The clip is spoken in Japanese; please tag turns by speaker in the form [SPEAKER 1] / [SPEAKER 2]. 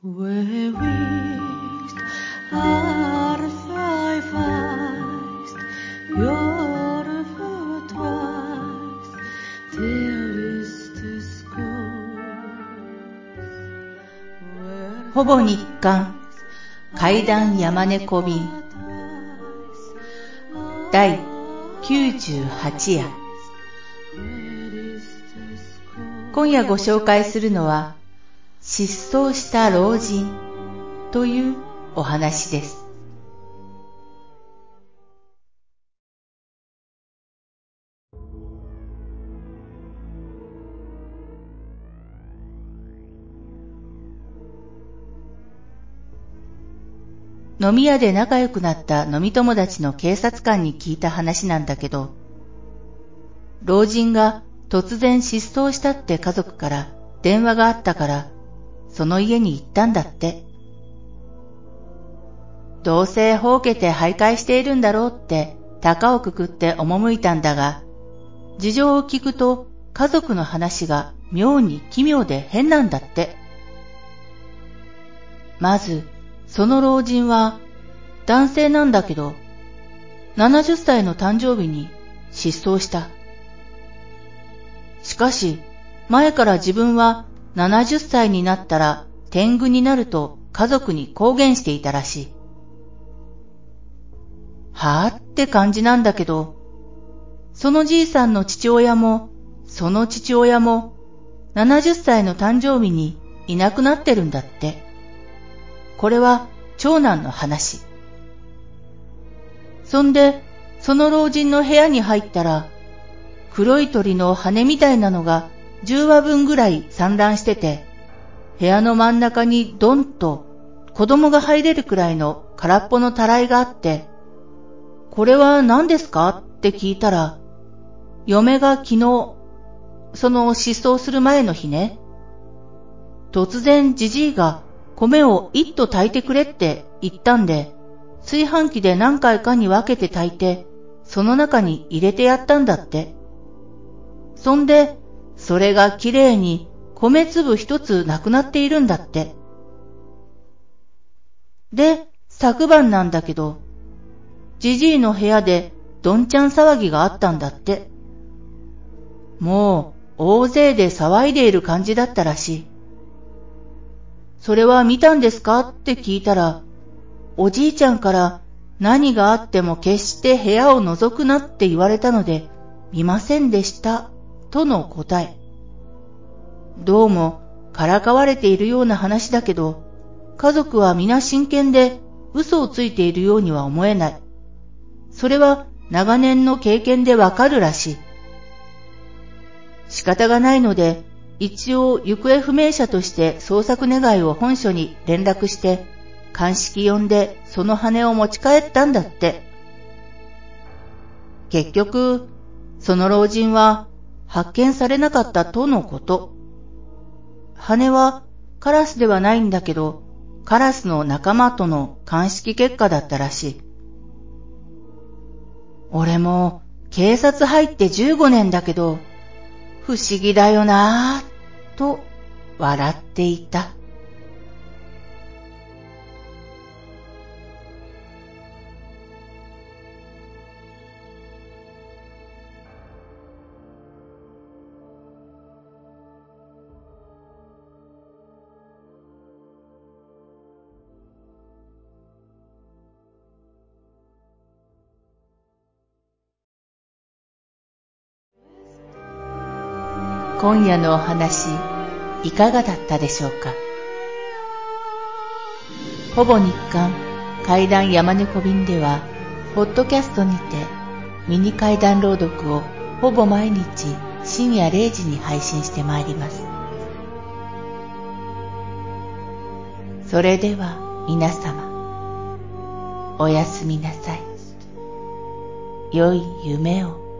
[SPEAKER 1] Where wished are five eyes, your foot twice, there is the school.
[SPEAKER 2] ほぼ日刊怪談山猫便第98夜。今夜ご紹介するのは失踪した老人というお話です。飲み屋で仲良くなった飲み友達の警察官に聞いた話なんだけど、老人が突然失踪したって家族から電話があったから、その家に行ったんだって。どうせほうけて徘徊しているんだろうって高をくくって赴いたんだが、事情を聞くと家族の話が妙に奇妙で変なんだって。まず、その老人は男性なんだけど、70歳の誕生日に失踪した。しかし、前から自分は70歳になったら天狗になると家族に公言していたらしい。はぁって感じなんだけど、そのじいさんの父親も、その父親も70歳の誕生日にいなくなってるんだって。これは長男の話。そんで、その老人の部屋に入ったら、黒い鳥の羽みたいなのが10羽分ぐらい散乱してて、部屋の真ん中にドンと子供が入れるくらいの空っぽのたらいがあって、これは何ですかって聞いたら、嫁が昨日、その失踪する前の日ね、突然じじいが米を一斗炊いてくれって言ったんで、炊飯器で何回かに分けて炊いて、その中に入れてやったんだって。そんで、それがきれいに米粒一つなくなっているんだって。で、昨晩なんだけど、じじいの部屋でどんちゃん騒ぎがあったんだって。もう大勢で騒いでいる感じだったらしい。それは見たんですかって聞いたら、おじいちゃんから何があっても決して部屋を覗くなって言われたので見ませんでしたとの答え。どうもからかわれているような話だけど、家族は皆真剣で嘘をついているようには思えない。それは長年の経験でわかるらしい。仕方がないので、一応行方不明者として捜索願を本署に連絡して、鑑識呼んでその羽を持ち帰ったんだって。結局、その老人は発見されなかったとのこと。羽はカラスではないんだけど、カラスの仲間との鑑識結果だったらしい。俺も警察入って15年だけど、不思議だよなぁ、と笑っていた。今夜のお話、いかがだったでしょうか。ほぼ日刊怪談山猫便では、ポッドキャストにてミニ怪談朗読をほぼ毎日深夜0時に配信してまいります。それでは皆様、おやすみなさい。良い夢を。